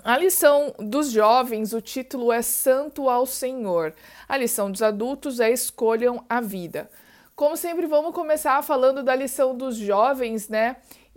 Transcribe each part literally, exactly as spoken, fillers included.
A lição dos jovens, o título é Santo ao Senhor. A lição dos adultos é Escolham a Vida. Como sempre, vamos começar falando da lição dos jovens, né?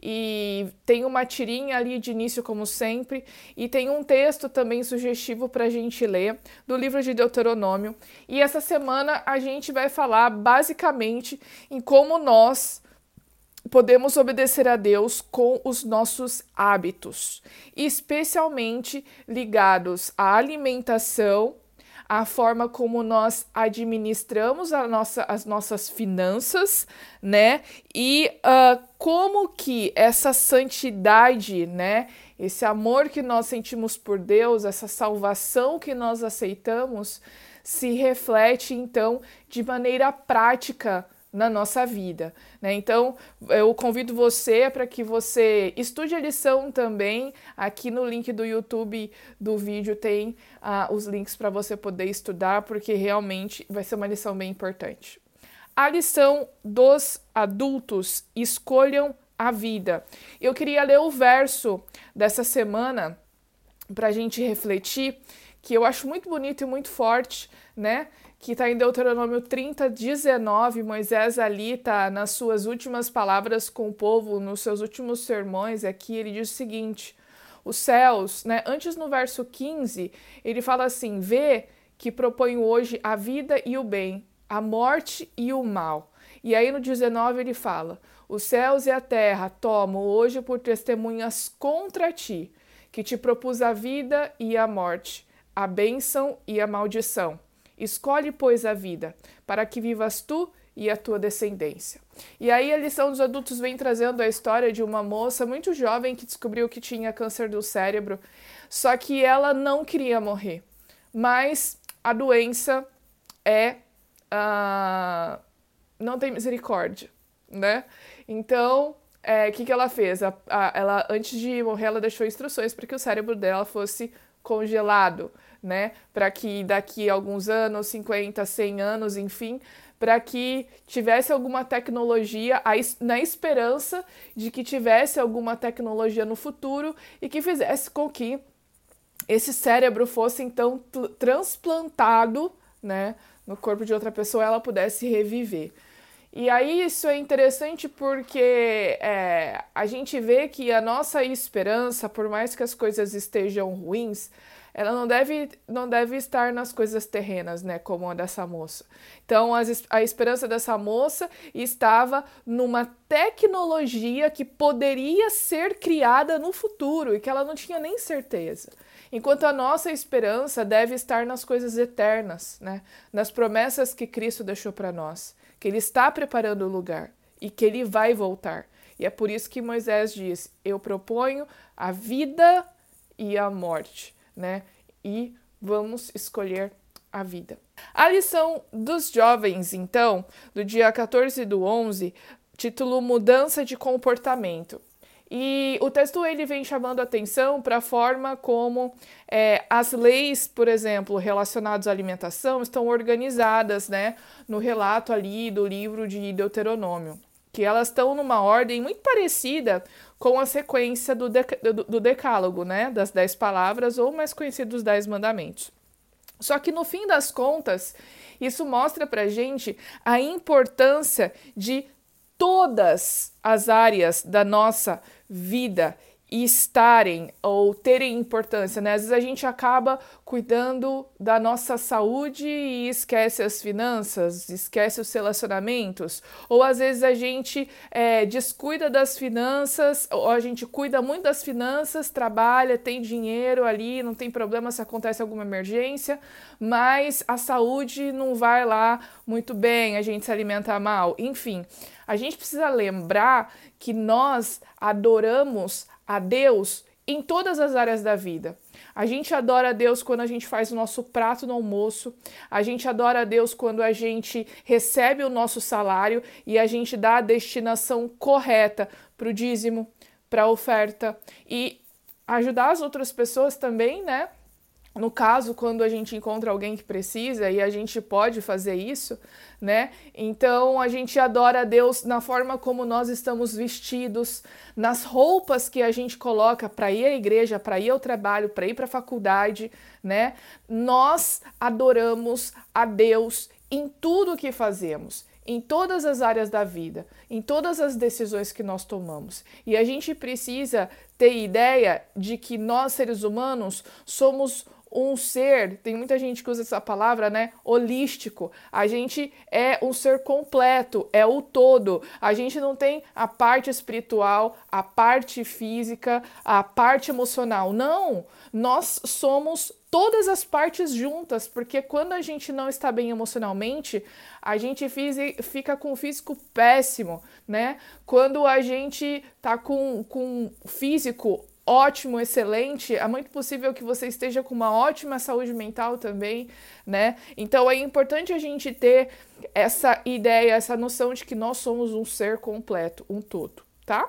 E tem uma tirinha ali de início, como sempre, e tem um texto também sugestivo para a gente ler, do livro de Deuteronômio. E essa semana a gente vai falar basicamente em como nós podemos obedecer a Deus com os nossos hábitos, especialmente ligados à alimentação, à forma como nós administramos a nossa, as nossas finanças, né? E uh, como que essa santidade, né? Esse amor que nós sentimos por Deus, essa salvação que nós aceitamos, se reflete, então, de maneira prática na nossa vida, né? Então, eu convido você para que você estude a lição também. Aqui no link do YouTube do vídeo tem uh, os links para você poder estudar, porque realmente vai ser uma lição bem importante. A lição dos adultos: escolham a vida. Eu queria ler o verso dessa semana para a gente refletir, que eu acho muito bonito e muito forte, né? Que está em Deuteronômio trinta, dezenove, Moisés ali está nas suas últimas palavras com o povo, nos seus últimos sermões aqui, ele diz o seguinte: os céus, né, antes no verso quinze, ele fala assim, vê que proponho hoje a vida e o bem, a morte e o mal. E aí no dezenove ele fala, os céus e a terra tomo hoje por testemunhas contra ti, que te propus a vida e a morte, a bênção e a maldição. Escolhe, pois, a vida, para que vivas tu e a tua descendência. E aí a lição dos adultos vem trazendo a história de uma moça muito jovem que descobriu que tinha câncer do cérebro, só que ela não queria morrer, mas a doença é... Uh, não tem misericórdia, né? Então, o é, que, que ela fez? A, a, ela, antes de morrer, ela deixou instruções para que o cérebro dela fosse congelado, né? Para que daqui a alguns anos, cinquenta, cem anos, enfim, para que tivesse alguma tecnologia, na esperança de que tivesse alguma tecnologia no futuro e que fizesse com que esse cérebro fosse então transplantado, né, no corpo de outra pessoa, ela pudesse reviver. E aí isso é interessante porque é, a gente vê que a nossa esperança, por mais que as coisas estejam ruins, ela não deve, não deve estar nas coisas terrenas, né, como a dessa moça. Então, as, a esperança dessa moça estava numa tecnologia que poderia ser criada no futuro e que ela não tinha nem certeza. Enquanto a nossa esperança deve estar nas coisas eternas, né, nas promessas que Cristo deixou para nós, que Ele está preparando o lugar e que Ele vai voltar. E é por isso que Moisés diz, eu proponho a vida e a morte, né? E vamos escolher a vida. A lição dos jovens, então, do dia quatorze do onze, título Mudança de Comportamento. E o texto ele vem chamando atenção para a forma como é, as leis, por exemplo, relacionadas à alimentação, estão organizadas, né, no relato ali do livro de Deuteronômio, que elas estão numa ordem muito parecida com a sequência do, deca, do, do decálogo, né, das dez palavras, ou mais conhecidos dez mandamentos. Só que no fim das contas, isso mostra para a gente a importância de todas as áreas da nossa vida estarem ou terem importância, né? Às vezes a gente acaba cuidando da nossa saúde e esquece as finanças, esquece os relacionamentos, ou às vezes a gente é, descuida das finanças, ou a gente cuida muito das finanças, trabalha, tem dinheiro ali, não tem problema se acontece alguma emergência, mas a saúde não vai lá muito bem, a gente se alimenta mal, enfim. A gente precisa lembrar que nós adoramos a Deus em todas as áreas da vida. A gente adora a Deus quando a gente faz o nosso prato no almoço, a gente adora a Deus quando a gente recebe o nosso salário e a gente dá a destinação correta para o dízimo, para a oferta e ajudar as outras pessoas também, né? no caso, quando a gente encontra alguém que precisa e a gente pode fazer isso, né? Então a gente adora a Deus na forma como nós estamos vestidos, nas roupas que a gente coloca para ir à igreja, para ir ao trabalho, para ir para a faculdade, né? Nós adoramos a Deus em tudo o que fazemos, em todas as áreas da vida, em todas as decisões que nós tomamos. E a gente precisa ter ideia de que nós, seres humanos, somos um ser, tem muita gente que usa essa palavra, né, holístico. A gente é um ser completo, é o todo. A gente não tem a parte espiritual, a parte física, a parte emocional. Não, nós somos todas as partes juntas, porque quando a gente não está bem emocionalmente, a gente fica com o físico péssimo, né? Quando a gente tá com, com físico ótimo, excelente, é muito possível que você esteja com uma ótima saúde mental também, né? Então é importante a gente ter essa ideia, essa noção de que nós somos um ser completo, um todo, tá?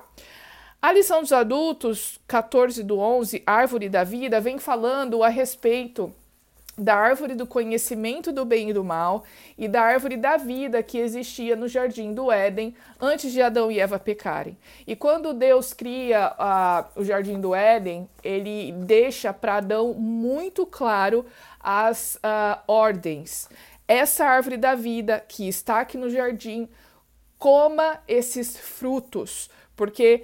A lição dos adultos, quatorze do onze, Árvore da Vida, vem falando a respeito da árvore do conhecimento do bem e do mal e da árvore da vida que existia no jardim do Éden antes de Adão e Eva pecarem. E quando Deus cria uh, o jardim do Éden, ele deixa para Adão muito claro as uh, ordens. Essa árvore da vida que está aqui no jardim, coma esses frutos, porque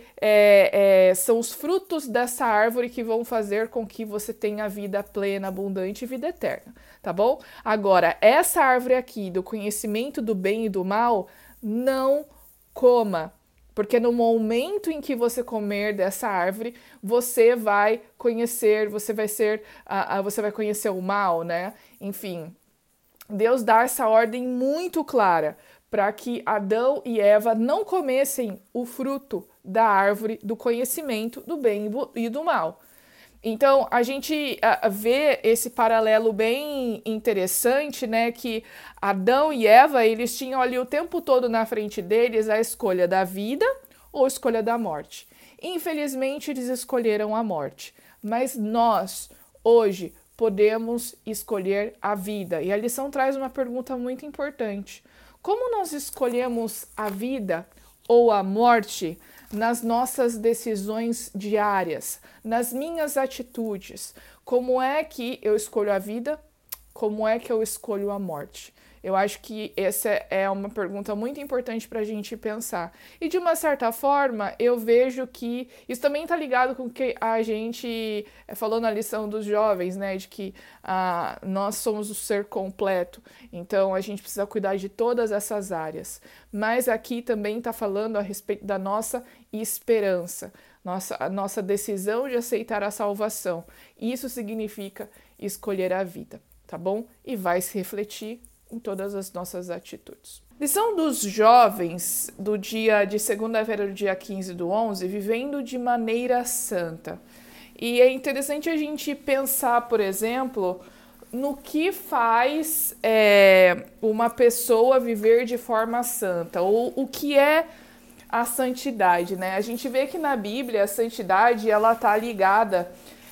é, é, são os frutos dessa árvore que vão fazer com que você tenha vida plena, abundante e vida eterna, tá bom? Agora, essa árvore aqui do conhecimento do bem e do mal, não coma, porque no momento em que você comer dessa árvore, você vai conhecer, você vai ser, uh, uh, você vai conhecer o mal, né? Enfim, Deus dá essa ordem muito clara para que Adão e Eva não comessem o fruto da árvore do conhecimento do bem e do mal. Então, a gente uh, vê esse paralelo bem interessante, né, que Adão e Eva, eles tinham ali o tempo todo na frente deles a escolha da vida ou a escolha da morte. Infelizmente, eles escolheram a morte, mas nós, hoje, podemos escolher a vida. E a lição traz uma pergunta muito importante. Como nós escolhemos a vida ou a morte nas nossas decisões diárias, nas minhas atitudes? Como é que eu escolho a vida? Como é que eu escolho a morte? Eu acho que essa é uma pergunta muito importante para a gente pensar. E de uma certa forma, eu vejo que isso também está ligado com o que a gente falou na lição dos jovens, né? De que ah, nós somos o ser completo. Então, a gente precisa cuidar de todas essas áreas. Mas aqui também está falando a respeito da nossa esperança, nossa, a nossa decisão de aceitar a salvação. Isso significa escolher a vida, tá bom? E vai se refletir em todas as nossas atitudes. Lição dos jovens do dia de segunda-feira, do dia quinze do onze, vivendo de maneira santa. E é interessante a gente pensar, por exemplo, no que faz é, uma pessoa viver de forma santa, ou o que é a santidade, né? A gente vê que na Bíblia a santidade ela está ligada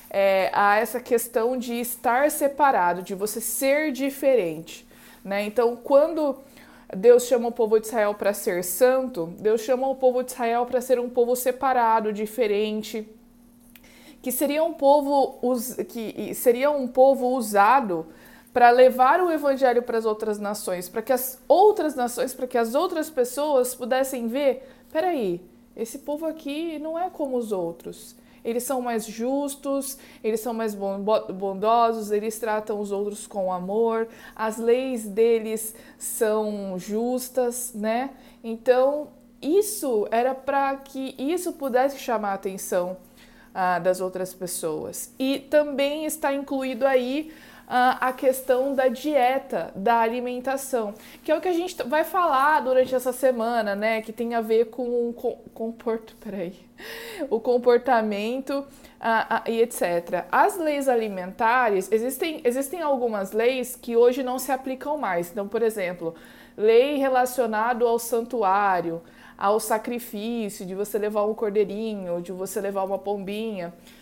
é, a essa questão de estar separado, de você ser diferente. Né? Então, quando Deus chama o povo de Israel para ser santo, Deus chama o povo de Israel para ser um povo separado, diferente, que seria um povo, que seria um povo usado para levar o evangelho para as outras nações, para que as outras nações, para que as outras pessoas pudessem ver, peraí, esse povo aqui não é como os outros. Eles são mais justos, eles são mais bondosos, eles tratam os outros com amor, as leis deles são justas, né? Então, isso era para que isso pudesse chamar a atenção ah, das outras pessoas. E também está incluído aí a questão da dieta, da alimentação, que é o que a gente vai falar durante essa semana, né? Que tem a ver com, com, com peraí, o comportamento ah, ah, e etcétera. As leis alimentares, existem, existem algumas leis que hoje não se aplicam mais. Então, por exemplo, lei relacionada ao santuário, ao sacrifício, de você levar um cordeirinho, de você levar uma pombinha.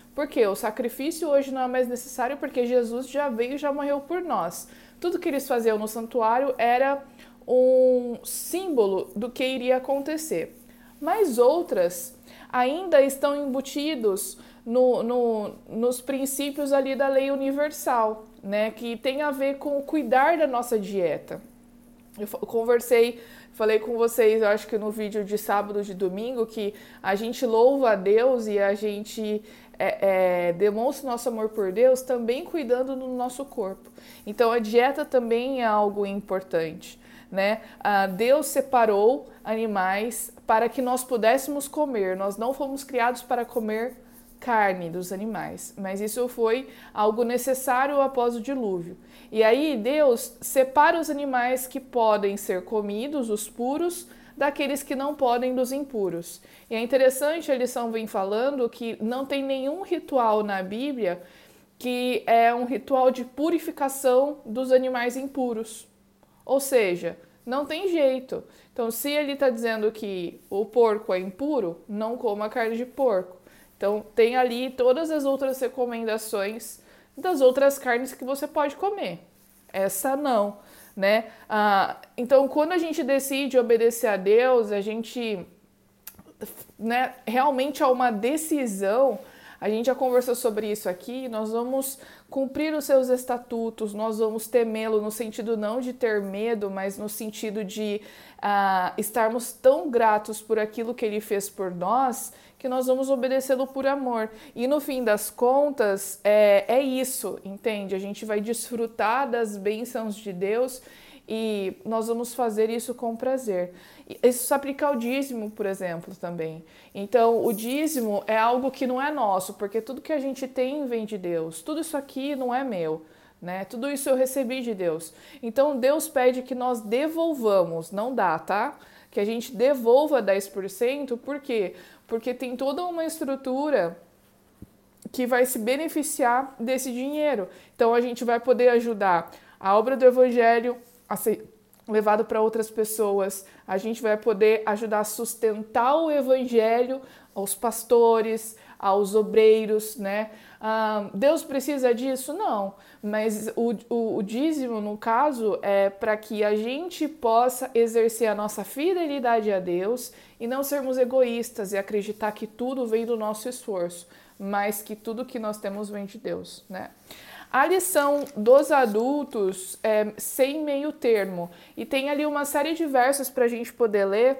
Porque o sacrifício hoje não é mais necessário porque Jesus já veio e já morreu por nós. Tudo que eles faziam no santuário era um símbolo do que iria acontecer. Mas outras ainda estão embutidos no, no, nos princípios ali da lei universal, né? Que tem a ver com cuidar da nossa dieta. Eu conversei, falei com vocês, eu acho que no vídeo de sábado, de domingo, que a gente louva a Deus e a gente é, é, demonstra nosso amor por Deus também cuidando do nosso corpo. Então a dieta também é algo importante, né? Ah, Deus separou animais para que nós pudéssemos comer. Nós não fomos criados para comer carne dos animais, mas isso foi algo necessário após o dilúvio. E aí Deus separa os animais que podem ser comidos, os puros, daqueles que não podem, dos impuros. E é interessante, a lição vem falando que não tem nenhum ritual na Bíblia que é um ritual de purificação dos animais impuros. Ou seja, não tem jeito. Então, se ele está dizendo que o porco é impuro, não coma carne de porco. Então, tem ali todas as outras recomendações das outras carnes que você pode comer. Essa não, né? Ah, então, quando a gente decide obedecer a Deus, a gente, né, realmente há uma decisão. A gente já conversou sobre isso aqui, nós vamos cumprir os seus estatutos, nós vamos temê-lo no sentido não de ter medo, mas no sentido de uh, estarmos tão gratos por aquilo que ele fez por nós, que nós vamos obedecê-lo por amor. E no fim das contas, é, é isso, entende? A gente vai desfrutar das bênçãos de Deus e nós vamos fazer isso com prazer. Isso se aplica ao dízimo, por exemplo, também. Então, o dízimo é algo que não é nosso, porque tudo que a gente tem vem de Deus. Tudo isso aqui não é meu, né? Tudo isso eu recebi de Deus. Então, Deus pede que nós devolvamos, não dá, tá? Que a gente devolva dez por cento, por quê? Porque tem toda uma estrutura que vai se beneficiar desse dinheiro. Então, a gente vai poder ajudar a obra do Evangelho a ser levado para outras pessoas, a gente vai poder ajudar a sustentar o evangelho aos pastores, aos obreiros, né? Ah, Deus precisa disso? Não, mas o, o, o dízimo, no caso, é para que a gente possa exercer a nossa fidelidade a Deus e não sermos egoístas e acreditar que tudo vem do nosso esforço, mas que tudo que nós temos vem de Deus, né? A lição dos adultos é sem meio termo, e tem ali uma série de versos para a gente poder ler,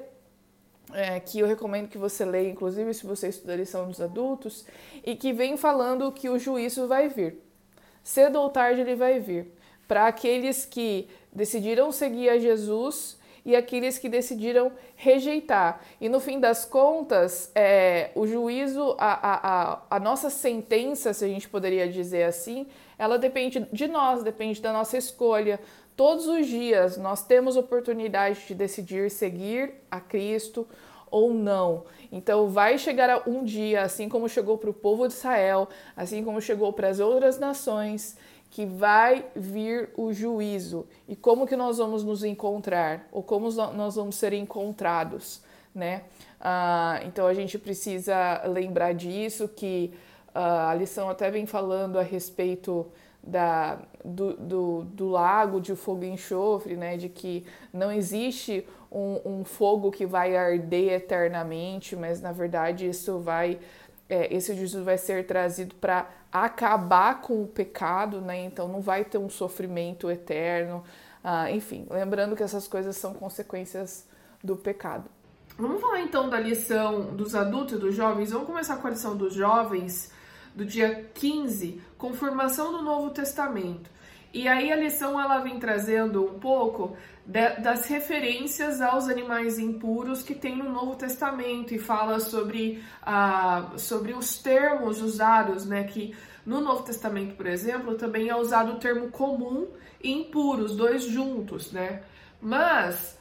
é, que eu recomendo que você leia, inclusive se você estuda a lição dos adultos, e que vem falando que o juízo vai vir. Cedo ou tarde ele vai vir, para aqueles que decidiram seguir a Jesus e aqueles que decidiram rejeitar. E no fim das contas, é, o juízo, a, a, a nossa sentença, se a gente poderia dizer assim, ela depende de nós, depende da nossa escolha. Todos os dias nós temos oportunidade de decidir seguir a Cristo ou não. Então vai chegar um dia, assim como chegou para o povo de Israel, assim como chegou para as outras nações, que vai vir o juízo. E como que nós vamos nos encontrar? Ou como nós vamos ser encontrados, né? Ah, então a gente precisa lembrar disso, que ah, a lição até vem falando a respeito da, do, do, do lago de fogo e enxofre, né? De que não existe um, um fogo que vai arder eternamente, mas na verdade isso vai... É, esse juízo vai ser trazido para acabar com o pecado, né? Então não vai ter um sofrimento eterno. Ah, enfim, lembrando que essas coisas são consequências do pecado. Vamos falar então da lição dos adultos e dos jovens. Vamos começar com a lição dos jovens do dia quinze, com formação do Novo Testamento. E aí a lição ela vem trazendo um pouco de, das referências aos animais impuros que tem no Novo Testamento, e fala sobre, ah, sobre os termos usados, né? Que no Novo Testamento, por exemplo, também é usado o termo comum e impuro, os dois juntos, né? Mas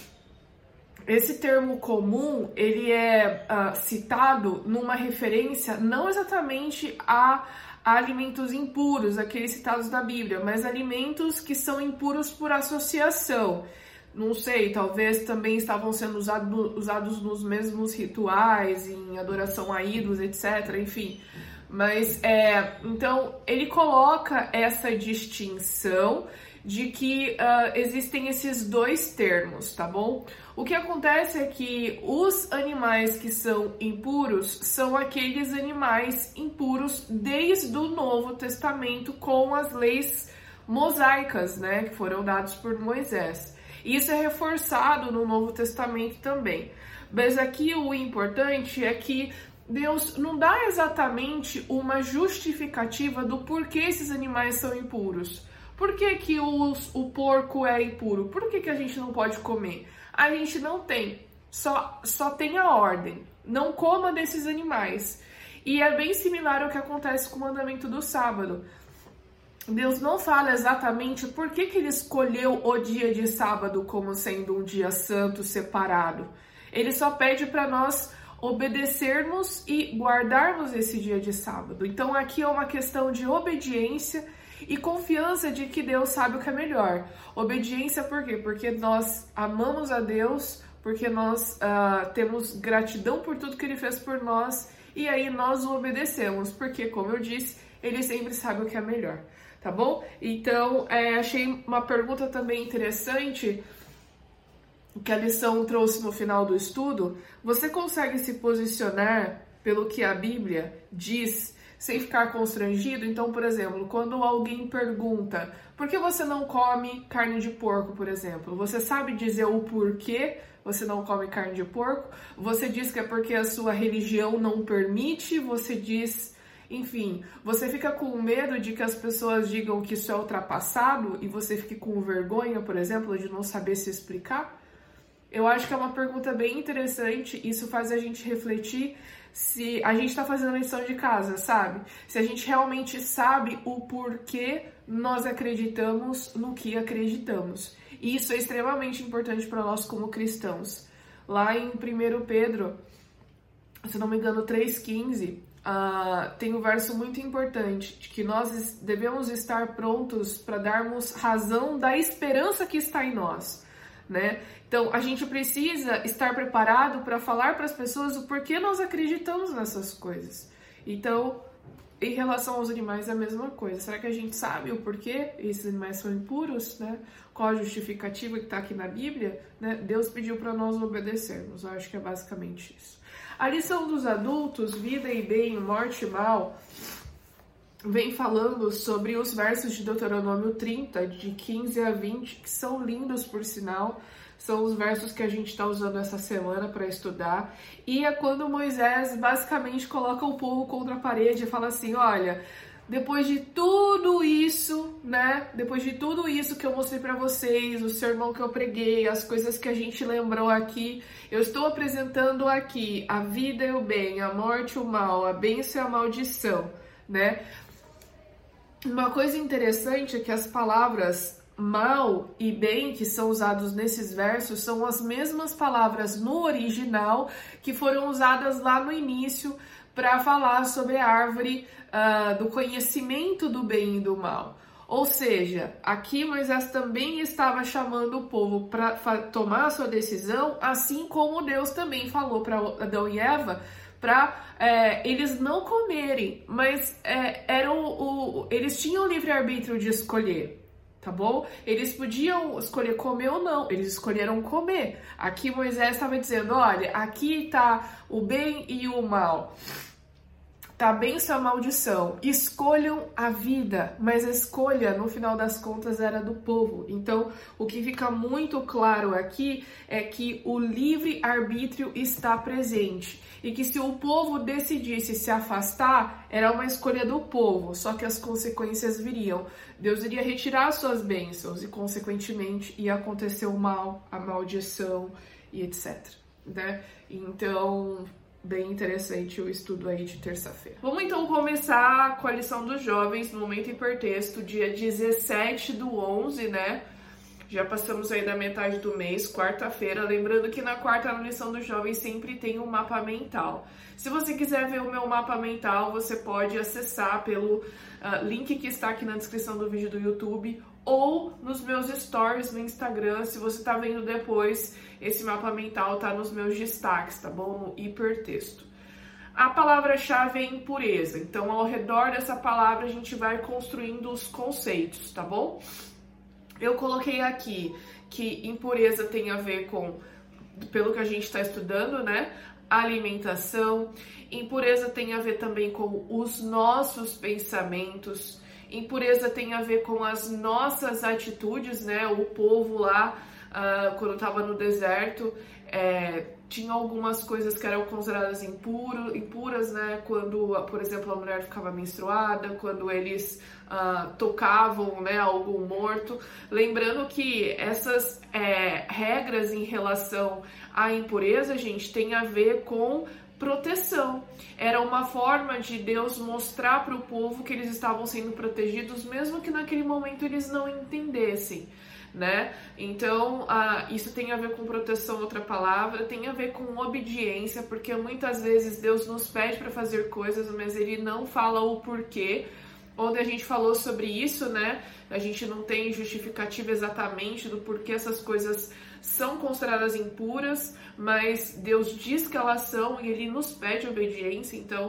esse termo comum, ele é uh, citado numa referência não exatamente a alimentos impuros, aqueles citados na Bíblia, mas alimentos que são impuros por associação. Não sei, talvez também estavam sendo usado, usados nos mesmos rituais, em adoração a ídolos, etcétera. Enfim, Mas, é, então, ele coloca essa distinção de que uh, existem esses dois termos, tá bom? O que acontece é que os animais que são impuros são aqueles animais impuros desde o Novo Testamento com as leis mosaicas, né, que foram dadas por Moisés. Isso é reforçado no Novo Testamento também. Mas aqui o importante é que Deus não dá exatamente uma justificativa do porquê esses animais são impuros. Por que que os, o porco é impuro? Por que que a gente não pode comer? A gente não tem, só, só tem a ordem, não coma desses animais. E é bem similar ao que acontece com o mandamento do sábado. Deus não fala exatamente por que que ele escolheu o dia de sábado como sendo um dia santo, separado. Ele só pede para nós obedecermos e guardarmos esse dia de sábado. Então aqui é uma questão de obediência e confiança de que Deus sabe o que é melhor. Obediência por quê? Porque nós amamos a Deus, porque nós uh, temos gratidão por tudo que Ele fez por nós, e aí nós o obedecemos, porque, como eu disse, Ele sempre sabe o que é melhor, tá bom? Então, é, achei uma pergunta também interessante que a lição trouxe no final do estudo. Você consegue se posicionar pelo que a Bíblia diz sem ficar constrangido? Então, por exemplo, quando alguém pergunta por que você não come carne de porco, por exemplo, você sabe dizer o porquê você não come carne de porco? Você diz que é porque a sua religião não permite? Você diz, enfim, você fica com medo de que as pessoas digam que isso é ultrapassado e você fique com vergonha, por exemplo, de não saber se explicar? Eu acho que é uma pergunta bem interessante, isso faz a gente refletir se a gente está fazendo a lição de casa, sabe? Se a gente realmente sabe o porquê nós acreditamos no que acreditamos. E isso é extremamente importante para nós como cristãos. Lá em primeiro Pedro, se não me engano, três quinze, uh, tem um verso muito importante, de que nós devemos estar prontos para darmos razão da esperança que está em nós, né? Então, a gente precisa estar preparado para falar para as pessoas o porquê nós acreditamos nessas coisas. Então, em relação aos animais, é a mesma coisa. Será que a gente sabe o porquê esses animais são impuros, né? Qual a justificativa que está aqui na Bíblia, né? Deus pediu para nós obedecermos. Eu acho que é basicamente isso. A lição dos adultos, vida e bem, morte e mal, vem falando sobre os versos de Deuteronômio trinta, de quinze a vinte, que são lindos, por sinal. São os versos que a gente está usando essa semana para estudar. E é quando Moisés basicamente coloca o povo contra a parede e fala assim, olha, depois de tudo isso, né? Depois de tudo isso que eu mostrei para vocês, o sermão que eu preguei, as coisas que a gente lembrou aqui, eu estou apresentando aqui a vida e o bem, a morte e o mal, a bênção e a maldição, né? Uma coisa interessante é que as palavras mal e bem que são usados nesses versos são as mesmas palavras no original que foram usadas lá no início para falar sobre a árvore uh, do conhecimento do bem e do mal. Ou seja, aqui Moisés também estava chamando o povo para tomar a sua decisão, assim como Deus também falou para Adão e Eva para é, eles não comerem, mas é, eram o, eles tinham o livre-arbítrio de escolher. Tá bom? Eles podiam escolher comer ou não, eles escolheram comer. Aqui Moisés estava dizendo, olha, aqui tá o bem e o mal. Tá bem sua maldição. Escolham a vida, mas a escolha, no final das contas, era do povo. Então, o que fica muito claro aqui é que o livre-arbítrio está presente. E que se o povo decidisse se afastar, era uma escolha do povo, só que as consequências viriam. Deus iria retirar as suas bênçãos e, consequentemente, ia acontecer o mal, a maldição e etcétera. Né? Então, bem interessante o estudo aí de terça-feira. Vamos então começar com a lição dos jovens no Momento Hipertexto, dia dezessete do onze, né? Já passamos aí da metade do mês, quarta-feira. Lembrando que na quarta, na lição dos jovens, sempre tem um mapa mental. Se você quiser ver o meu mapa mental, você pode acessar pelo uh, link que está aqui na descrição do vídeo do YouTube ou nos meus stories no Instagram. Se você tá vendo depois, esse mapa mental tá nos meus destaques, tá bom? No hipertexto. A palavra-chave é impureza. Então, ao redor dessa palavra, a gente vai construindo os conceitos, tá bom? Eu coloquei aqui que impureza tem a ver com, pelo que a gente está estudando, né? Alimentação. Impureza tem a ver também com os nossos pensamentos. Impureza tem a ver com as nossas atitudes, né? O povo lá, uh, quando estava no deserto, é, tinha algumas coisas que eram consideradas impuro, impuras, né? Quando, por exemplo, a mulher ficava menstruada, quando eles uh, tocavam, né, algo morto. Lembrando que essas é, regras em relação à impureza, gente, tem a ver com proteção. Era uma forma de Deus mostrar para o povo que eles estavam sendo protegidos, mesmo que naquele momento eles não entendessem, né? Então, ah, isso tem a ver com proteção, outra palavra, tem a ver com obediência, porque muitas vezes Deus nos pede para fazer coisas, mas Ele não fala o porquê. Onde a gente falou sobre isso, né? A gente não tem justificativa exatamente do porquê essas coisas são consideradas impuras, mas Deus diz que elas são e Ele nos pede obediência, então,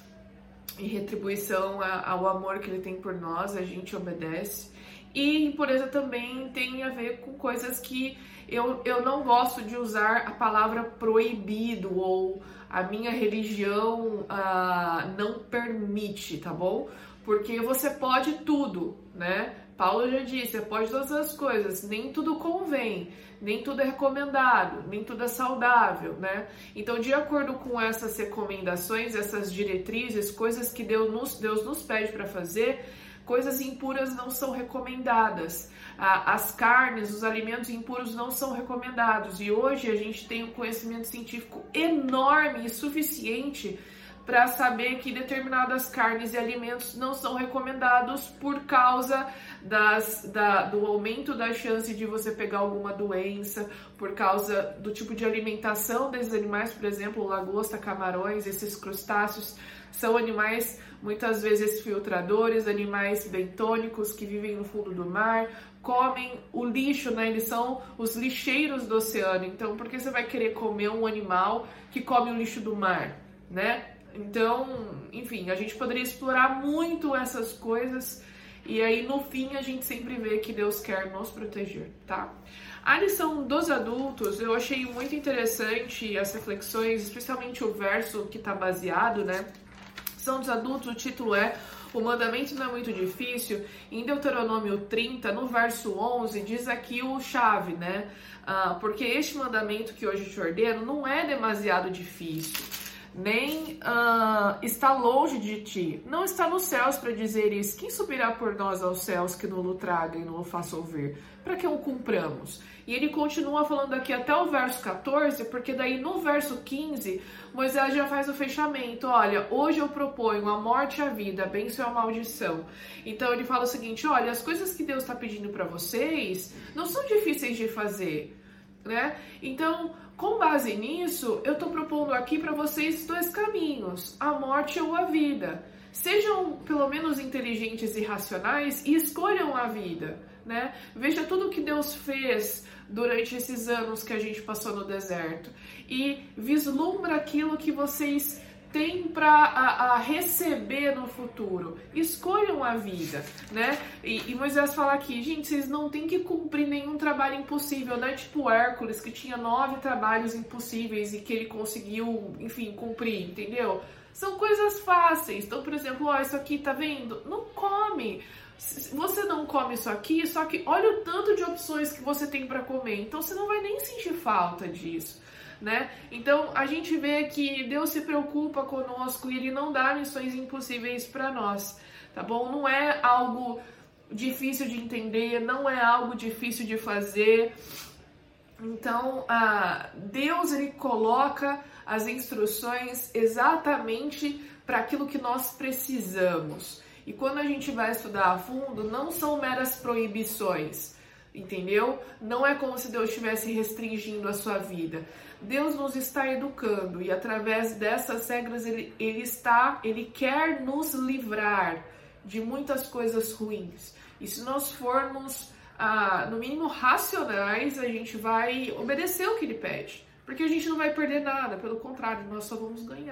em retribuição ao amor que Ele tem por nós, a gente obedece. E impureza também tem a ver com coisas que eu, eu não gosto de usar a palavra proibido ou a minha religião ah, não permite, tá bom? Porque você pode tudo, né? Paulo já disse, você pode todas as coisas, nem tudo convém, nem tudo é recomendado, nem tudo é saudável, né? Então, de acordo com essas recomendações, essas diretrizes, coisas que Deus nos, Deus nos pede para fazer, coisas impuras não são recomendadas. As carnes, os alimentos impuros não são recomendados. E hoje a gente tem um conhecimento científico enorme e suficiente para saber que determinadas carnes e alimentos não são recomendados por causa das, da, do aumento da chance de você pegar alguma doença, por causa do tipo de alimentação desses animais, por exemplo, lagosta, camarões, esses crustáceos, são animais muitas vezes filtradores, animais bentônicos que vivem no fundo do mar, comem o lixo, né? Eles são os lixeiros do oceano. Então, por que você vai querer comer um animal que come o lixo do mar, né? Então, enfim, a gente poderia explorar muito essas coisas e aí no fim a gente sempre vê que Deus quer nos proteger, tá? A lição dos adultos, eu achei muito interessante as reflexões, especialmente o verso que está baseado, né? Lição dos adultos, o título é O Mandamento Não é Muito Difícil. Em Deuteronômio trinta, no verso onze, diz aqui o chave, né? Ah, porque este mandamento que hoje te ordeno não é demasiado difícil, nem uh, está longe de ti, não está nos céus para dizeres, quem subirá por nós aos céus que não o traga e não o faça ouvir, para que o cumpramos. E ele continua falando aqui até o verso quatorze, porque daí no verso quinze, Moisés já faz o fechamento, olha, hoje eu proponho a morte e a vida, a bênção e a maldição. Então ele fala o seguinte, olha, as coisas que Deus está pedindo para vocês não são difíceis de fazer, né? Então, com base nisso, eu estou propondo aqui para vocês dois caminhos, a morte ou a vida. Sejam pelo menos inteligentes e racionais e escolham a vida, né? Veja tudo que Deus fez durante esses anos que a gente passou no deserto e vislumbra aquilo que vocês têm para receber no futuro. Escolham a vida, né? E, e Moisés fala aqui, gente, vocês não têm que cumprir nenhum trabalho impossível, não é tipo Hércules, que tinha nove trabalhos impossíveis e que ele conseguiu, enfim, cumprir, entendeu? São coisas fáceis. Então, por exemplo, ó, isso aqui, tá vendo? Não come. Você não come isso aqui, só que olha o tanto de opções que você tem para comer. Então, você não vai nem sentir falta disso, né? Então, a gente vê que Deus se preocupa conosco e Ele não dá missões impossíveis para nós, tá bom? Não é algo difícil de entender, não é algo difícil de fazer. Então, ah, Deus, Ele coloca as instruções exatamente para aquilo que nós precisamos. E quando a gente vai estudar a fundo, não são meras proibições, entendeu? Não é como se Deus estivesse restringindo a sua vida. Deus nos está educando e através dessas regras ele, ele está, ele quer nos livrar de muitas coisas ruins. E se nós formos, ah, no mínimo, racionais, a gente vai obedecer o que ele pede. Porque a gente não vai perder nada, pelo contrário, nós só vamos ganhar.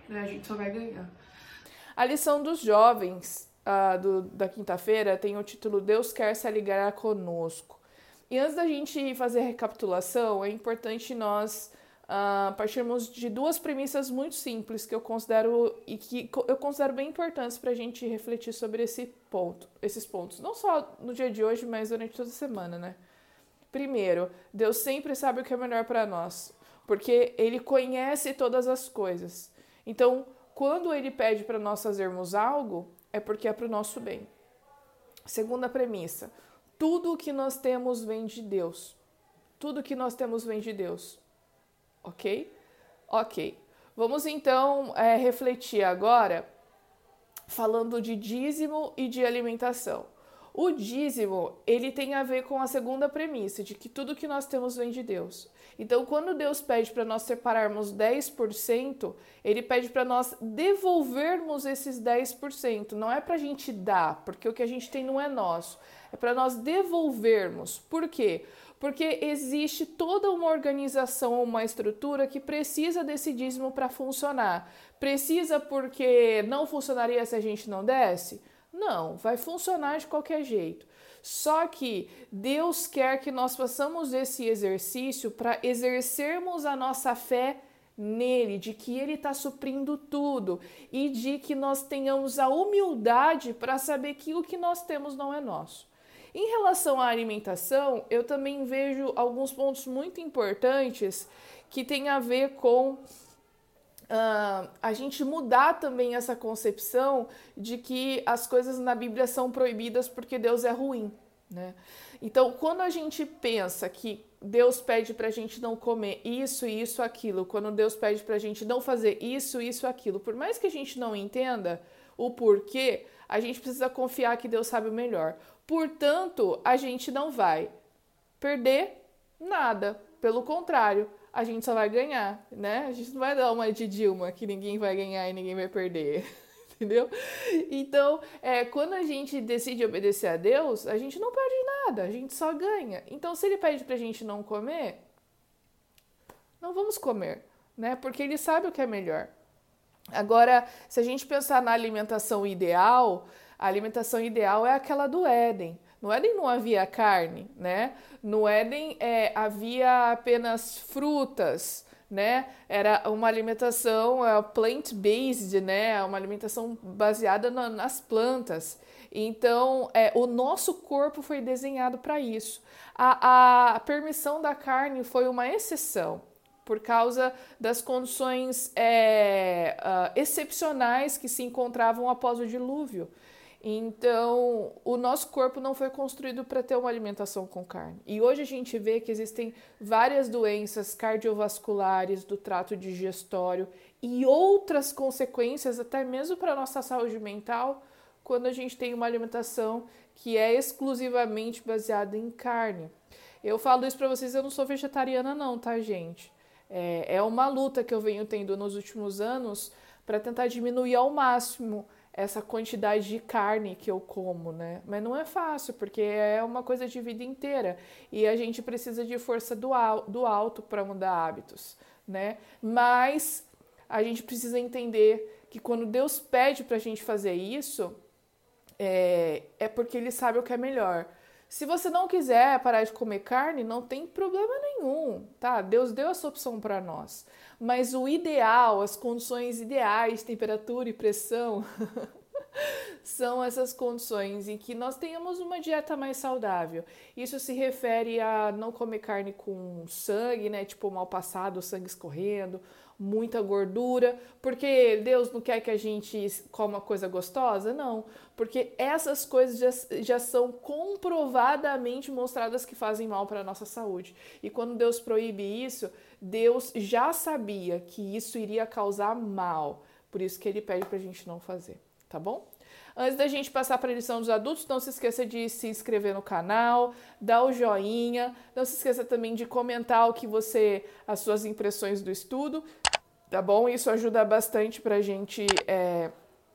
né? A gente só vai ganhar. A lição dos jovens uh, do, da quinta-feira tem o título Deus quer se alegrar conosco. E antes da gente fazer a recapitulação, é importante nós uh, partirmos de duas premissas muito simples que eu considero e que eu considero bem importantes para a gente refletir sobre esse ponto, esses pontos. Não só no dia de hoje, mas durante toda a semana, né? Primeiro, Deus sempre sabe o que é melhor para nós, porque Ele conhece todas as coisas. Então, quando Ele pede para nós fazermos algo, é porque é para o nosso bem. Segunda premissa, tudo o que nós temos vem de Deus. Tudo o que nós temos vem de Deus. Ok? Ok. Vamos então é, refletir agora falando de dízimo e de alimentação. O dízimo, ele tem a ver com a segunda premissa, de que tudo que nós temos vem de Deus. Então, quando Deus pede para nós separarmos dez por cento, Ele pede para nós devolvermos esses dez por cento. Não é para a gente dar, porque o que a gente tem não é nosso. É para nós devolvermos. Por quê? Porque existe toda uma organização, uma estrutura que precisa desse dízimo para funcionar. Precisa porque não funcionaria se a gente não desse? Não, vai funcionar de qualquer jeito. Só que Deus quer que nós façamos esse exercício para exercermos a nossa fé nele, de que ele está suprindo tudo e de que nós tenhamos a humildade para saber que o que nós temos não é nosso. Em relação à alimentação, eu também vejo alguns pontos muito importantes que têm a ver com Uh, a gente mudar também essa concepção de que as coisas na Bíblia são proibidas porque Deus é ruim, né? Então, quando a gente pensa que Deus pede pra gente não comer isso, isso, aquilo, quando Deus pede pra gente não fazer isso, isso, aquilo, por mais que a gente não entenda o porquê, a gente precisa confiar que Deus sabe o melhor. Portanto, a gente não vai perder nada, pelo contrário, a gente só vai ganhar, né? A gente não vai dar uma de Dilma que ninguém vai ganhar e ninguém vai perder, entendeu? Então, é, quando a gente decide obedecer a Deus, a gente não perde nada, a gente só ganha. Então, se Ele pede pra gente não comer, não vamos comer, né? Porque Ele sabe o que é melhor. Agora, se a gente pensar na alimentação ideal, a alimentação ideal é aquela do Éden. No Éden não havia carne, né? No Éden é, havia apenas frutas, né? Era uma alimentação é, plant-based, né? Uma alimentação baseada na, nas plantas. Então, é, o nosso corpo foi desenhado para isso. A, a permissão da carne foi uma exceção, por causa das condições é, uh, excepcionais que se encontravam após o dilúvio. Então, o nosso corpo não foi construído para ter uma alimentação com carne. E hoje a gente vê que existem várias doenças cardiovasculares do trato digestório e outras consequências, até mesmo para a nossa saúde mental, quando a gente tem uma alimentação que é exclusivamente baseada em carne. Eu falo isso para vocês, eu não sou vegetariana não, tá, gente? É, é uma luta que eu venho tendo nos últimos anos para tentar diminuir ao máximo essa quantidade de carne que eu como, né? Mas não é fácil, porque é uma coisa de vida inteira e a gente precisa de força do, al- do alto para mudar hábitos, né? Mas a gente precisa entender que quando Deus pede para a gente fazer isso, é, é porque Ele sabe o que é melhor. Se você não quiser parar de comer carne, não tem problema nenhum, tá? Deus deu essa opção para nós. Mas o ideal, as condições ideais, temperatura e pressão, são essas condições em que nós tenhamos uma dieta mais saudável. Isso se refere a não comer carne com sangue, né? Tipo mal passado, sangue escorrendo, muita gordura, porque Deus não quer que a gente coma coisa gostosa? Não, porque essas coisas já, já são comprovadamente mostradas que fazem mal para a nossa saúde. E quando Deus proíbe isso, Deus já sabia que isso iria causar mal, por isso que Ele pede para a gente não fazer, tá bom? Antes da gente passar para a lição dos adultos, não se esqueça de se inscrever no canal, dar o joinha, não se esqueça também de comentar o que você, as suas impressões do estudo, tá bom? Isso ajuda bastante para a gente é,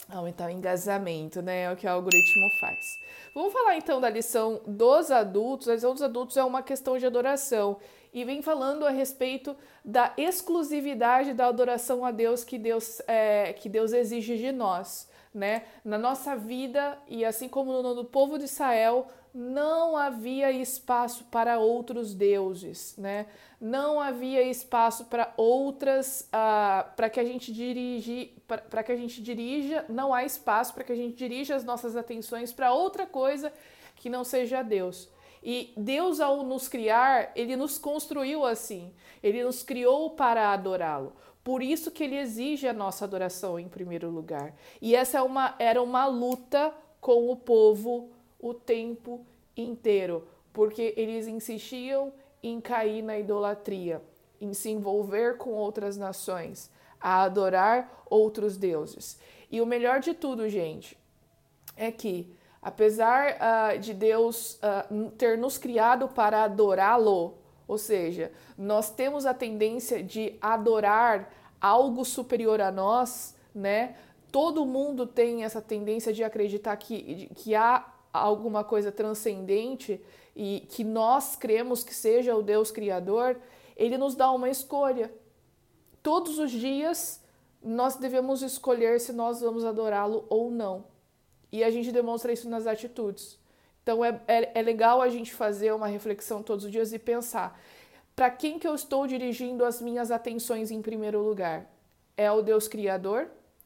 Aumentar o engajamento, né? É o que o algoritmo faz. Vamos falar então da lição dos adultos. A lição dos adultos é uma questão de adoração e vem falando a respeito da exclusividade da adoração a Deus que Deus, é, que Deus exige de nós, né? Na nossa vida, e assim como no, no povo de Israel, não havia espaço para outros deuses, né? Não havia espaço para outras, uh, para que a gente dirige, para que a gente dirija, não há espaço para que a gente dirija as nossas atenções para outra coisa que não seja Deus. E Deus, ao nos criar, Ele nos construiu assim, Ele nos criou para adorá-lo. Por isso que Ele exige a nossa adoração em primeiro lugar. E essa é uma, era uma luta com o povo o tempo inteiro, porque eles insistiam em cair na idolatria, em se envolver com outras nações, a adorar outros deuses. E o melhor de tudo, gente, é que apesar uh, de Deus uh, ter nos criado para adorá-lo, ou seja, nós temos a tendência de adorar algo superior a nós, né? Todo mundo tem essa tendência de acreditar que, que há alguma coisa transcendente e que nós cremos que seja o Deus Criador. Ele nos dá uma escolha. Todos os dias nós devemos escolher se nós vamos adorá-lo ou não. E a gente demonstra isso nas atitudes. Então é, é, é legal a gente fazer uma reflexão todos os dias e pensar: para quem que eu estou dirigindo as minhas atenções em primeiro lugar? É o Deus Criador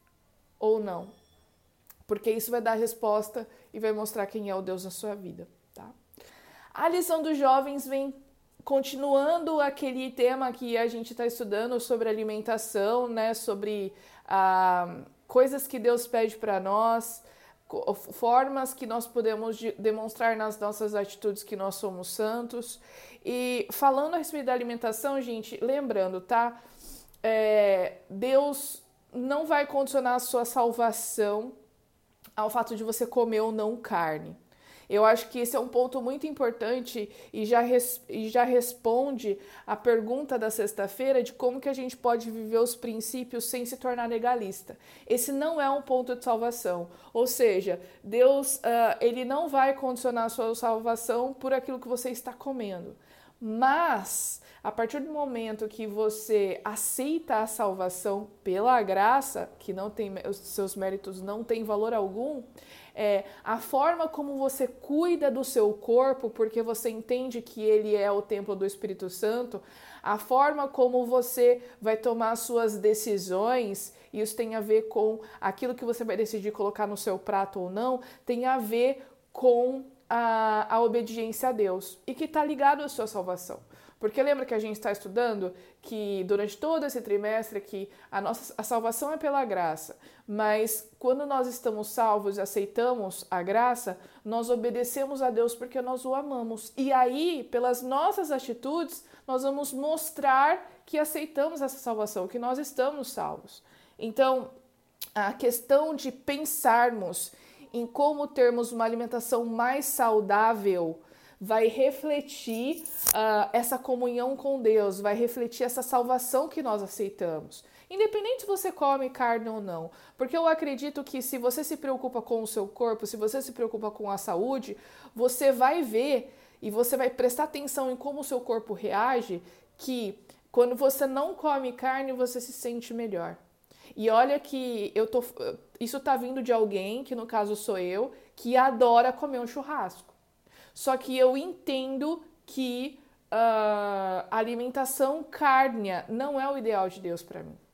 ou não? Porque isso vai dar resposta e vai mostrar quem é o Deus na sua vida, tá? A lição dos jovens vem continuando aquele tema que a gente está estudando sobre alimentação, né? Sobre ah, coisas que Deus pede para nós, formas que nós podemos demonstrar nas nossas atitudes que nós somos santos. E falando a respeito da alimentação, gente, lembrando, tá? É, Deus não vai condicionar a sua salvação ao fato de você comer ou não carne. Eu acho que esse é um ponto muito importante e já, res, e já responde a pergunta da sexta-feira de como que a gente pode viver os princípios sem se tornar legalista. Esse não é um ponto de salvação. Ou seja, Deus uh, ele não vai condicionar a sua salvação por aquilo que você está comendo. Mas, a partir do momento que você aceita a salvação pela graça, que não tem, os seus méritos não têm valor algum, é, a forma como você cuida do seu corpo, porque você entende que ele é o templo do Espírito Santo, a forma como você vai tomar suas decisões, e isso tem a ver com aquilo que você vai decidir colocar no seu prato ou não, tem a ver com a, a obediência a Deus, e que está ligado à sua salvação. Porque lembra que a gente está estudando que durante todo esse trimestre que a nossa a salvação é pela graça, mas quando nós estamos salvos e aceitamos a graça, nós obedecemos a Deus porque nós o amamos. E aí, pelas nossas atitudes, nós vamos mostrar que aceitamos essa salvação, que nós estamos salvos. Então, a questão de pensarmos em como termos uma alimentação mais saudável vai refletir uh, essa comunhão com Deus, vai refletir essa salvação que nós aceitamos. Independente se você come carne ou não, porque eu acredito que se você se preocupa com o seu corpo, se você se preocupa com a saúde, você vai ver e você vai prestar atenção em como o seu corpo reage, que quando você não come carne, você se sente melhor. E olha que eu tô, isso tá vindo de alguém, que no caso sou eu, que adora comer um churrasco. Só que eu entendo que uh, a alimentação cárnea não é o ideal de Deus para mim.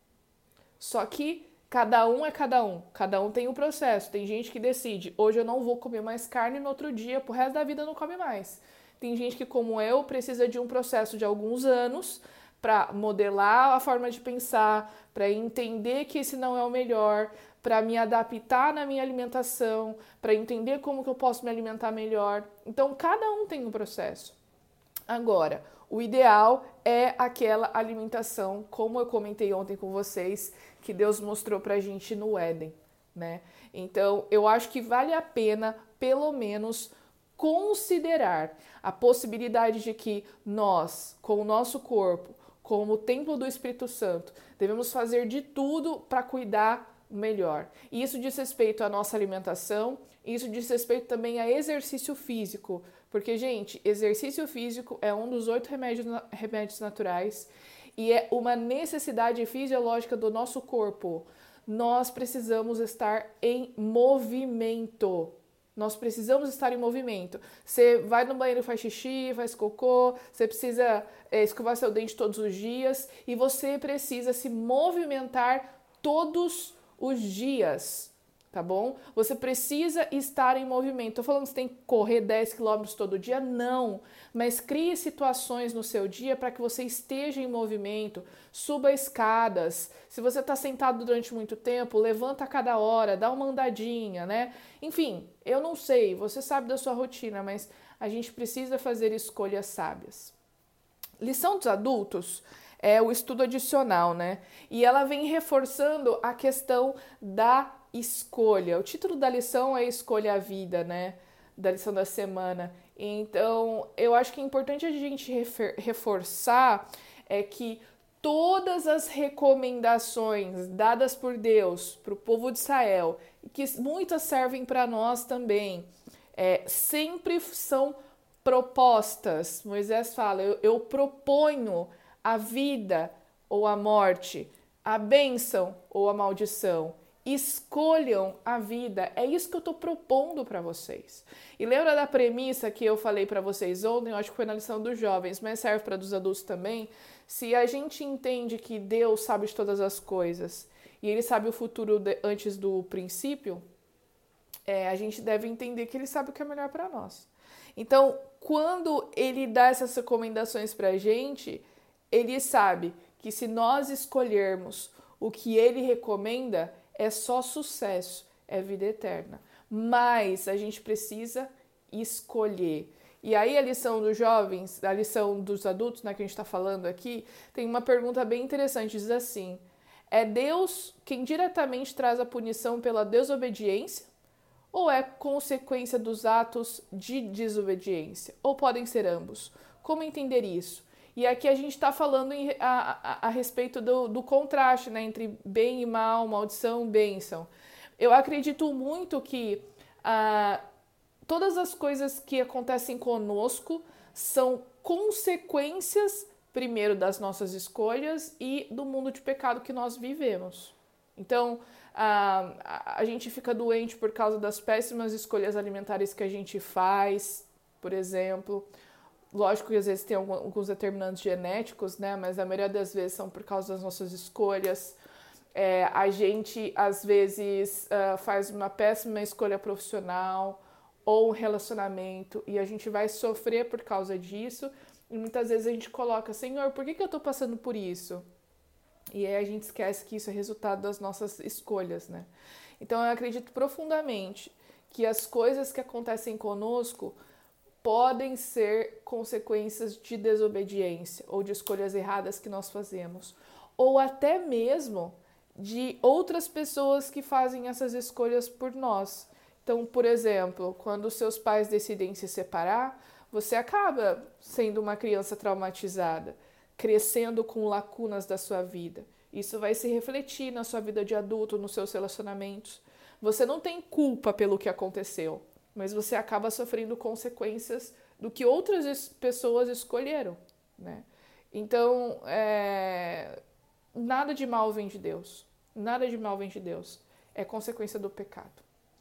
Só que cada um é cada um. Cada um tem um processo. Tem gente que decide, hoje eu não vou comer mais carne, no outro dia, pro resto da vida não come mais. Tem gente que, como eu, precisa de um processo de alguns anos para modelar a forma de pensar, para entender que esse não é o melhor, para me adaptar na minha alimentação, para entender como que eu posso me alimentar melhor. Então, cada um tem um processo. Agora, o ideal é aquela alimentação, como eu comentei ontem com vocês, que Deus mostrou pra gente no Éden, né? Então, eu acho que vale a pena, pelo menos, considerar a possibilidade de que nós, com o nosso corpo, como o templo do Espírito Santo, devemos fazer de tudo para cuidar o melhor. E isso diz respeito à nossa alimentação, isso diz respeito também a exercício físico, porque, gente, exercício físico é um dos oito remédios, remédios naturais e é uma necessidade fisiológica do nosso corpo. Nós precisamos estar em movimento. Nós precisamos estar em movimento. Você vai no banheiro e faz xixi, faz cocô, você precisa é, escovar seu dente todos os dias e você precisa se movimentar todos os dias, tá bom? Você precisa estar em movimento. Tô falando que você tem que correr dez quilômetros todo dia? Não, mas crie situações no seu dia para que você esteja em movimento, suba escadas. Se você está sentado durante muito tempo, levanta a cada hora, dá uma andadinha, né? Enfim, eu não sei, você sabe da sua rotina, mas a gente precisa fazer escolhas sábias. Lição dos adultos é o estudo adicional, né? E ela vem reforçando a questão da escolha. O título da lição é Escolha a Vida, né? Da lição da semana. Então, eu acho que é importante a gente reforçar é que todas as recomendações dadas por Deus para o povo de Israel, que muitas servem para nós também, é, sempre são propostas. Moisés fala, eu, eu proponho a vida ou a morte, a bênção ou a maldição. Escolham a vida. É isso que eu estou propondo para vocês. E lembra da premissa que eu falei para vocês ontem? Eu acho que foi na lição dos jovens, mas serve para dos adultos também. Se a gente entende que Deus sabe de todas as coisas e Ele sabe o futuro de, antes do princípio, é, a gente deve entender que Ele sabe o que é melhor para nós. Então, quando Ele dá essas recomendações para a gente, Ele sabe que se nós escolhermos o que Ele recomenda, é só sucesso, é vida eterna. Mas a gente precisa escolher. E aí a lição dos jovens, a lição dos adultos, né, que a gente está falando aqui, tem uma pergunta bem interessante, diz assim, é Deus quem diretamente traz a punição pela desobediência ou é consequência dos atos de desobediência? Ou podem ser ambos? Como entender isso? E aqui a gente está falando em, a, a, a respeito do, do contraste, né, entre bem e mal, maldição e bênção. Eu acredito muito que ah, todas as coisas que acontecem conosco são consequências, primeiro, das nossas escolhas e do mundo de pecado que nós vivemos. Então, ah, a, a gente fica doente por causa das péssimas escolhas alimentares que a gente faz, por exemplo. Lógico que às vezes tem alguns determinantes genéticos, né? Mas a maioria das vezes são por causa das nossas escolhas. É, a gente, às vezes, uh, faz uma péssima escolha profissional ou um relacionamento e a gente vai sofrer por causa disso. E muitas vezes a gente coloca, Senhor, por que, que eu estou passando por isso? E aí a gente esquece que isso é resultado das nossas escolhas, né? Então eu acredito profundamente que as coisas que acontecem conosco podem ser consequências de desobediência ou de escolhas erradas que nós fazemos, ou até mesmo de outras pessoas que fazem essas escolhas por nós. Então, por exemplo, quando seus pais decidem se separar, você acaba sendo uma criança traumatizada, crescendo com lacunas da sua vida. Isso vai se refletir na sua vida de adulto, nos seus relacionamentos. Você não tem culpa pelo que aconteceu, mas você acaba sofrendo consequências do que outras pessoas escolheram, né? Então, é... nada de mal vem de Deus. Nada de mal vem de Deus. É consequência do pecado.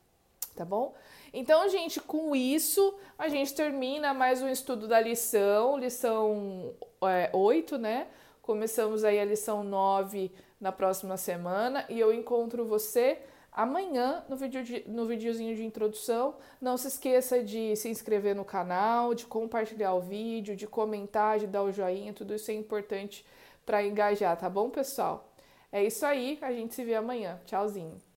Tá bom? Então, gente, com isso, a gente termina mais um estudo da lição, lição é, oito, né? Começamos aí a lição nove na próxima semana e eu encontro você amanhã no, vídeo de, no videozinho de introdução. Não se esqueça de se inscrever no canal, de compartilhar o vídeo, de comentar, de dar o joinha, tudo isso é importante para engajar, tá bom, pessoal? É isso aí, a gente se vê amanhã. Tchauzinho!